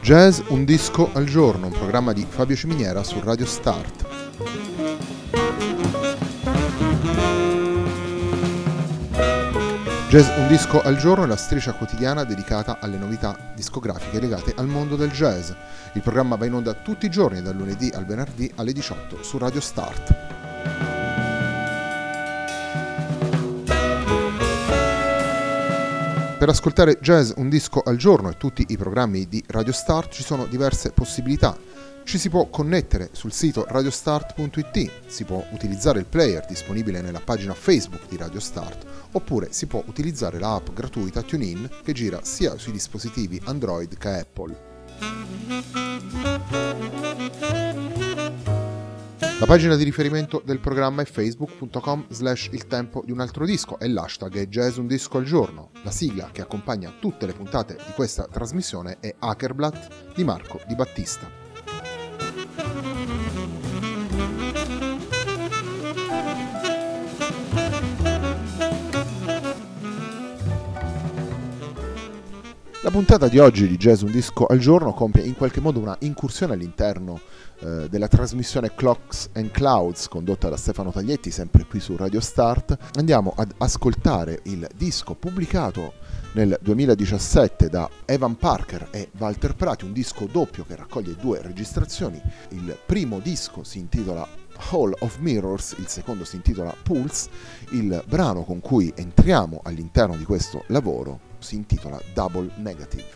Jazz un disco al giorno, un programma di Fabio Ciminiera su Radio Start. Jazz un disco al giorno è la striscia quotidiana dedicata alle novità discografiche legate al mondo del jazz. Il programma va in onda tutti i giorni, dal lunedì al venerdì alle 18 su Radio Start. Per ascoltare Jazz un disco al giorno e tutti i programmi di Radio Start ci sono diverse possibilità. Ci si può connettere sul sito radiostart.it, si può utilizzare il player disponibile nella pagina Facebook di Radio Start, oppure si può utilizzare la app gratuita TuneIn che gira sia sui dispositivi Android che Apple. La pagina di riferimento del programma è facebook.com/il tempo di un altro disco e l'hashtag è Jazz un disco al giorno. La sigla che accompagna tutte le puntate di questa trasmissione è Hackerblatt di Marco Di Battista. La puntata di oggi di Jazz un disco al giorno compie in qualche modo una incursione all'interno della trasmissione Clocks and Clouds condotta da Stefano Taglietti, sempre qui su Radio Start. Andiamo ad ascoltare il disco pubblicato nel 2017 da Evan Parker e Walter Prati, un disco doppio che raccoglie due registrazioni. Il primo disco si intitola Hall of Mirrors, il secondo si intitola Pulse. Il brano con cui entriamo all'interno di questo lavoro si intitola Double Negative.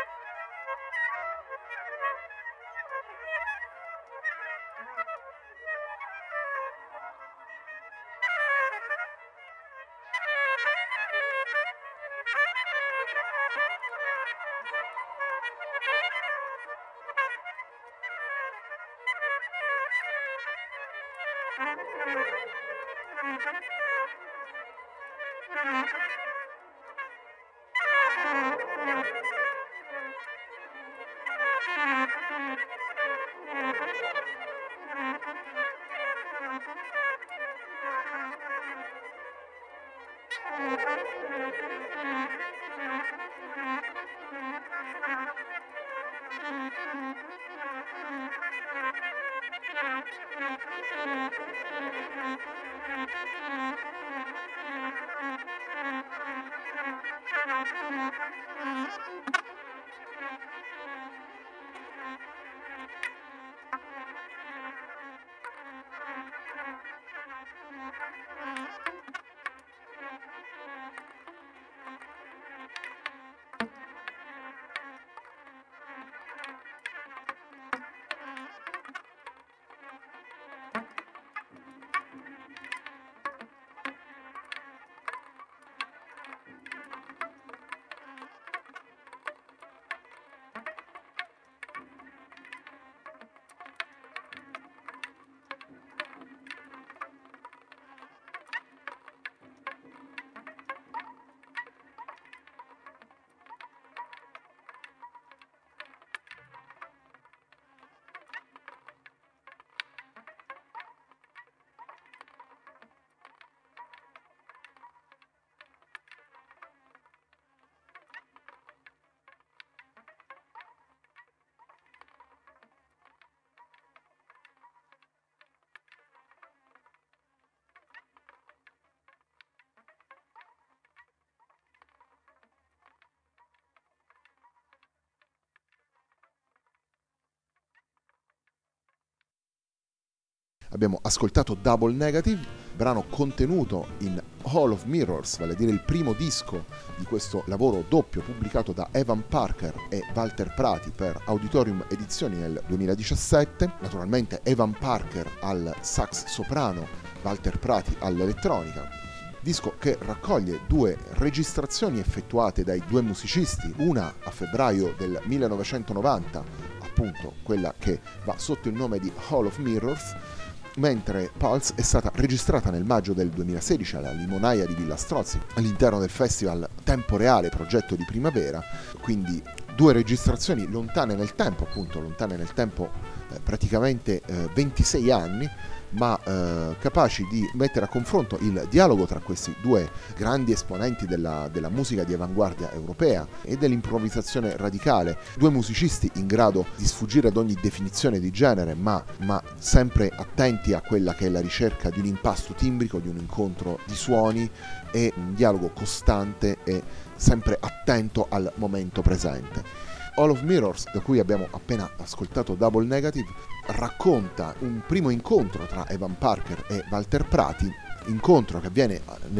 Abbiamo ascoltato Double Negative, brano contenuto in Hall of Mirrors, vale a dire il primo disco di questo lavoro doppio pubblicato da Evan Parker e Walter Prati per Auditorium Edizioni nel 2017. Naturalmente Evan Parker al sax soprano, Walter Prati all'elettronica. Disco che raccoglie due registrazioni effettuate dai due musicisti, una a febbraio del 1990, appunto quella che va sotto il nome di Hall of Mirrors, mentre Pulse è stata registrata nel maggio del 2016 alla Limonaia di Villa Strozzi all'interno del festival Tempo Reale, progetto di primavera, quindi due registrazioni lontane nel tempo, appunto lontane nel tempo praticamente 26 anni, ma capaci di mettere a confronto il dialogo tra questi due grandi esponenti della musica di avanguardia europea e dell'improvvisazione radicale, due musicisti in grado di sfuggire ad ogni definizione di genere, ma sempre attenti a quella che è la ricerca di un impasto timbrico, di un incontro di suoni e un dialogo costante e sempre attento al momento presente. Hall of Mirrors, da cui abbiamo appena ascoltato Double Negative, racconta un primo incontro tra Evan Parker e Walter Prati, incontro che avviene nel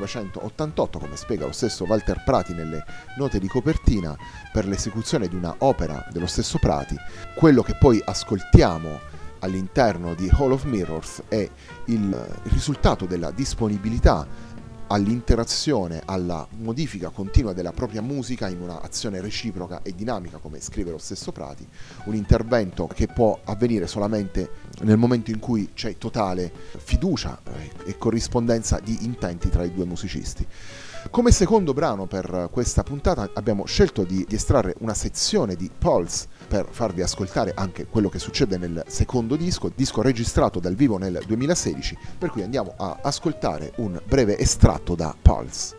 1988, come spiega lo stesso Walter Prati nelle note di copertina, per l'esecuzione di una opera dello stesso Prati. Quello che poi ascoltiamo all'interno di Hall of Mirrors è il risultato della disponibilità all'interazione, alla modifica continua della propria musica in un'azione reciproca e dinamica, come scrive lo stesso Prati, un intervento che può avvenire solamente nel momento in cui c'è totale fiducia e corrispondenza di intenti tra i due musicisti. Come secondo brano per questa puntata abbiamo scelto di estrarre una sezione di Pulse per farvi ascoltare anche quello che succede nel secondo disco registrato dal vivo nel 2016, per cui andiamo a ascoltare un breve estratto da Pulse.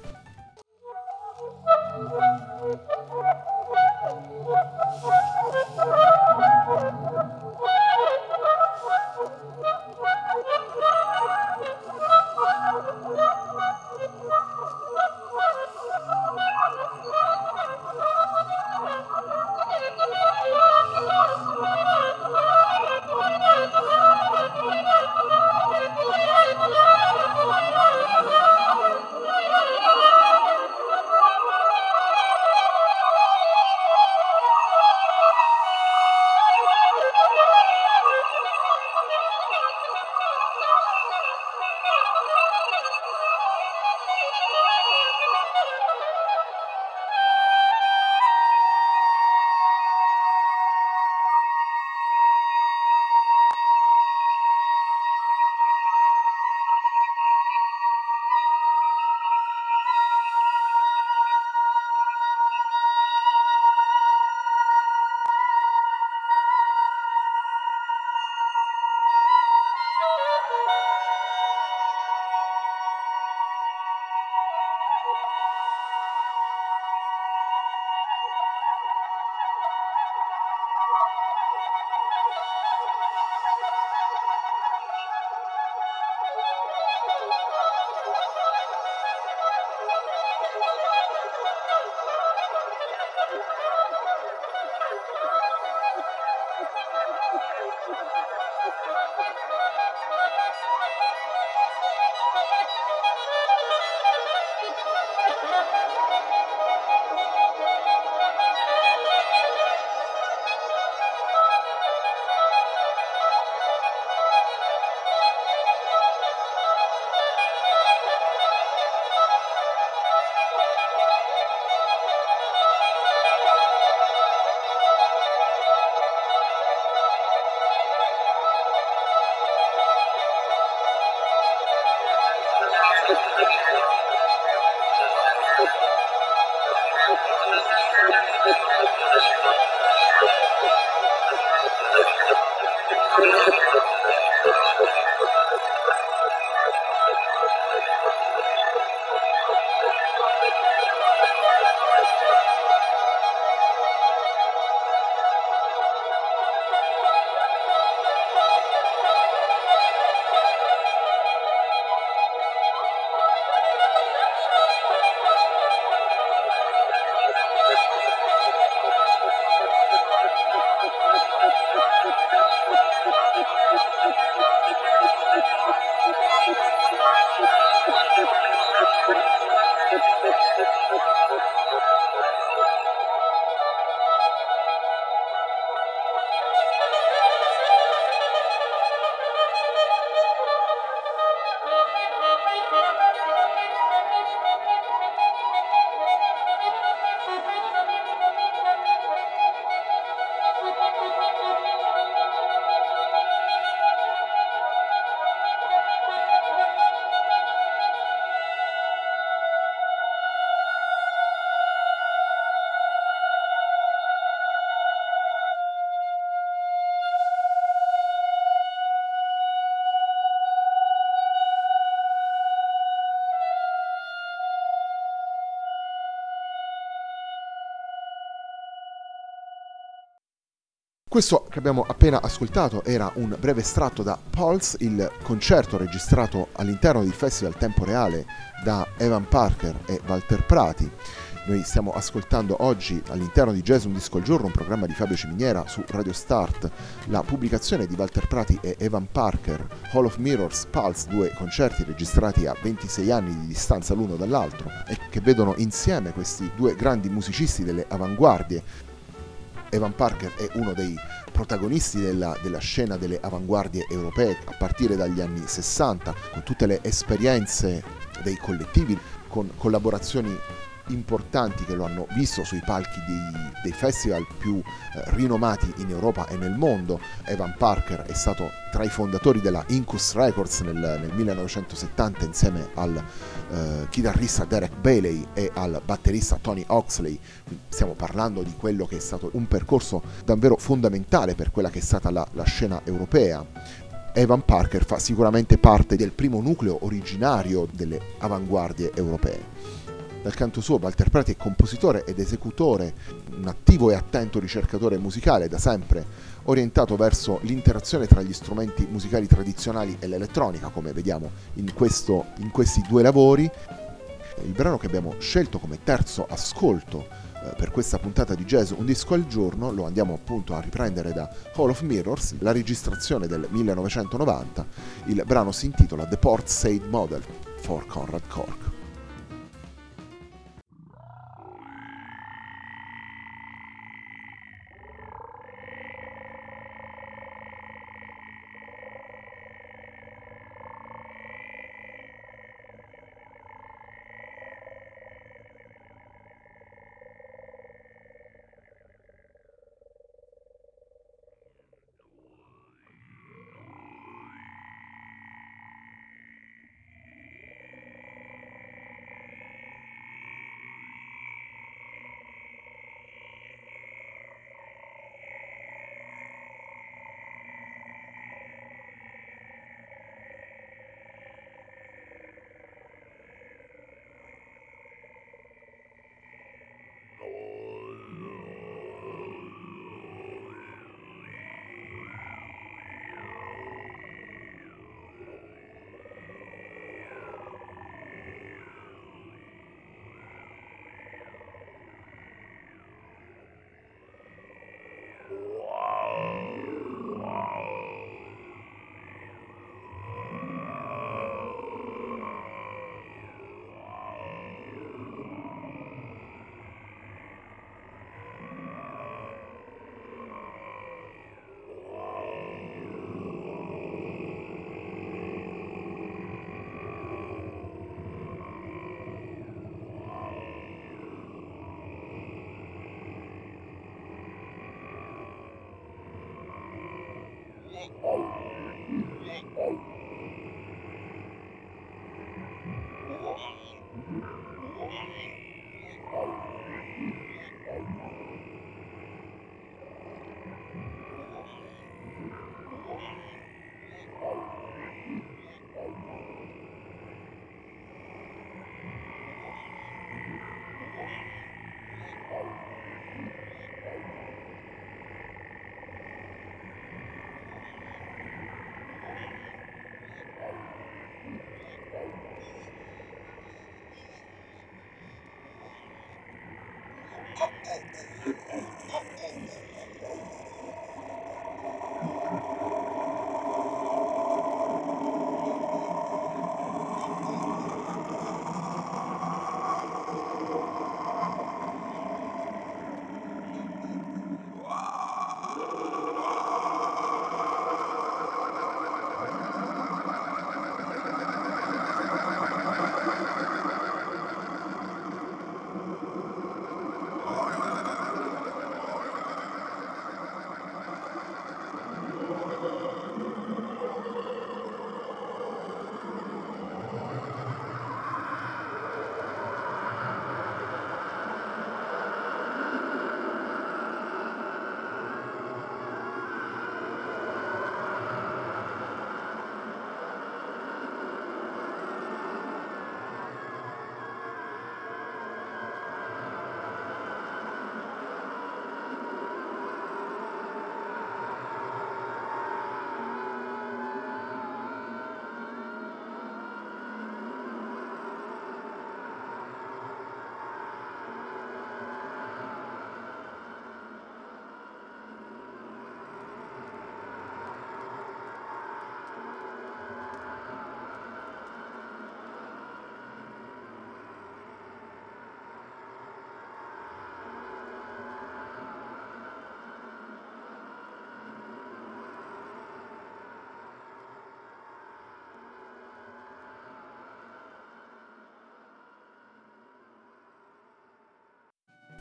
Questo che abbiamo appena ascoltato era un breve estratto da Pulse, il concerto registrato all'interno del Festival Tempo Reale da Evan Parker e Walter Prati. Noi stiamo ascoltando oggi all'interno di Jazz Un Disco al Giorno, un programma di Fabio Ciminiera su Radio Start, la pubblicazione di Walter Prati e Evan Parker, Hall of Mirrors, Pulse, due concerti registrati a 26 anni di distanza l'uno dall'altro e che vedono insieme questi due grandi musicisti delle avanguardie. Evan Parker è uno dei protagonisti della scena delle avanguardie europee a partire dagli anni 60, con tutte le esperienze dei collettivi, con collaborazioni importanti che lo hanno visto sui palchi dei festival più rinomati in Europa e nel mondo. Evan Parker è stato tra i fondatori della Incus Records nel 1970 insieme al chitarrista Derek Bailey e al batterista Tony Oxley. Stiamo parlando di quello che è stato un percorso davvero fondamentale per quella che è stata la scena europea. Evan Parker fa sicuramente parte del primo nucleo originario delle avanguardie europee. Dal canto suo Walter Prati è compositore ed esecutore, un attivo e attento ricercatore musicale da sempre, orientato verso l'interazione tra gli strumenti musicali tradizionali e l'elettronica, come vediamo in questi due lavori. Il brano che abbiamo scelto come terzo ascolto per questa puntata di Jazz Un Disco al Giorno lo andiamo appunto a riprendere da Hall of Mirrors, la registrazione del 1990. Il brano si intitola The Port Said Model for Conrad Cork.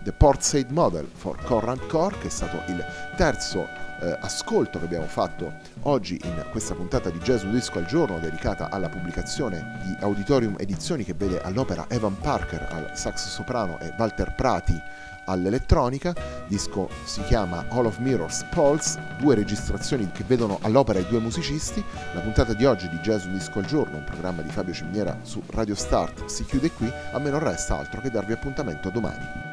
The Port Said Model for Current Core, che è stato il terzo ascolto che abbiamo fatto oggi in questa puntata di Jazz Un Disco al Giorno, dedicata alla pubblicazione di Auditorium Edizioni, che vede all'opera Evan Parker al sax soprano e Walter Prati all'elettronica. Il disco si chiama Hall of Mirrors Pulse, 2 registrazioni che vedono all'opera i 2 musicisti. La puntata di oggi di Jazz Un Disco al Giorno, un programma di Fabio Ciminiera su Radio Start, si chiude qui. A me non resta altro che darvi appuntamento domani.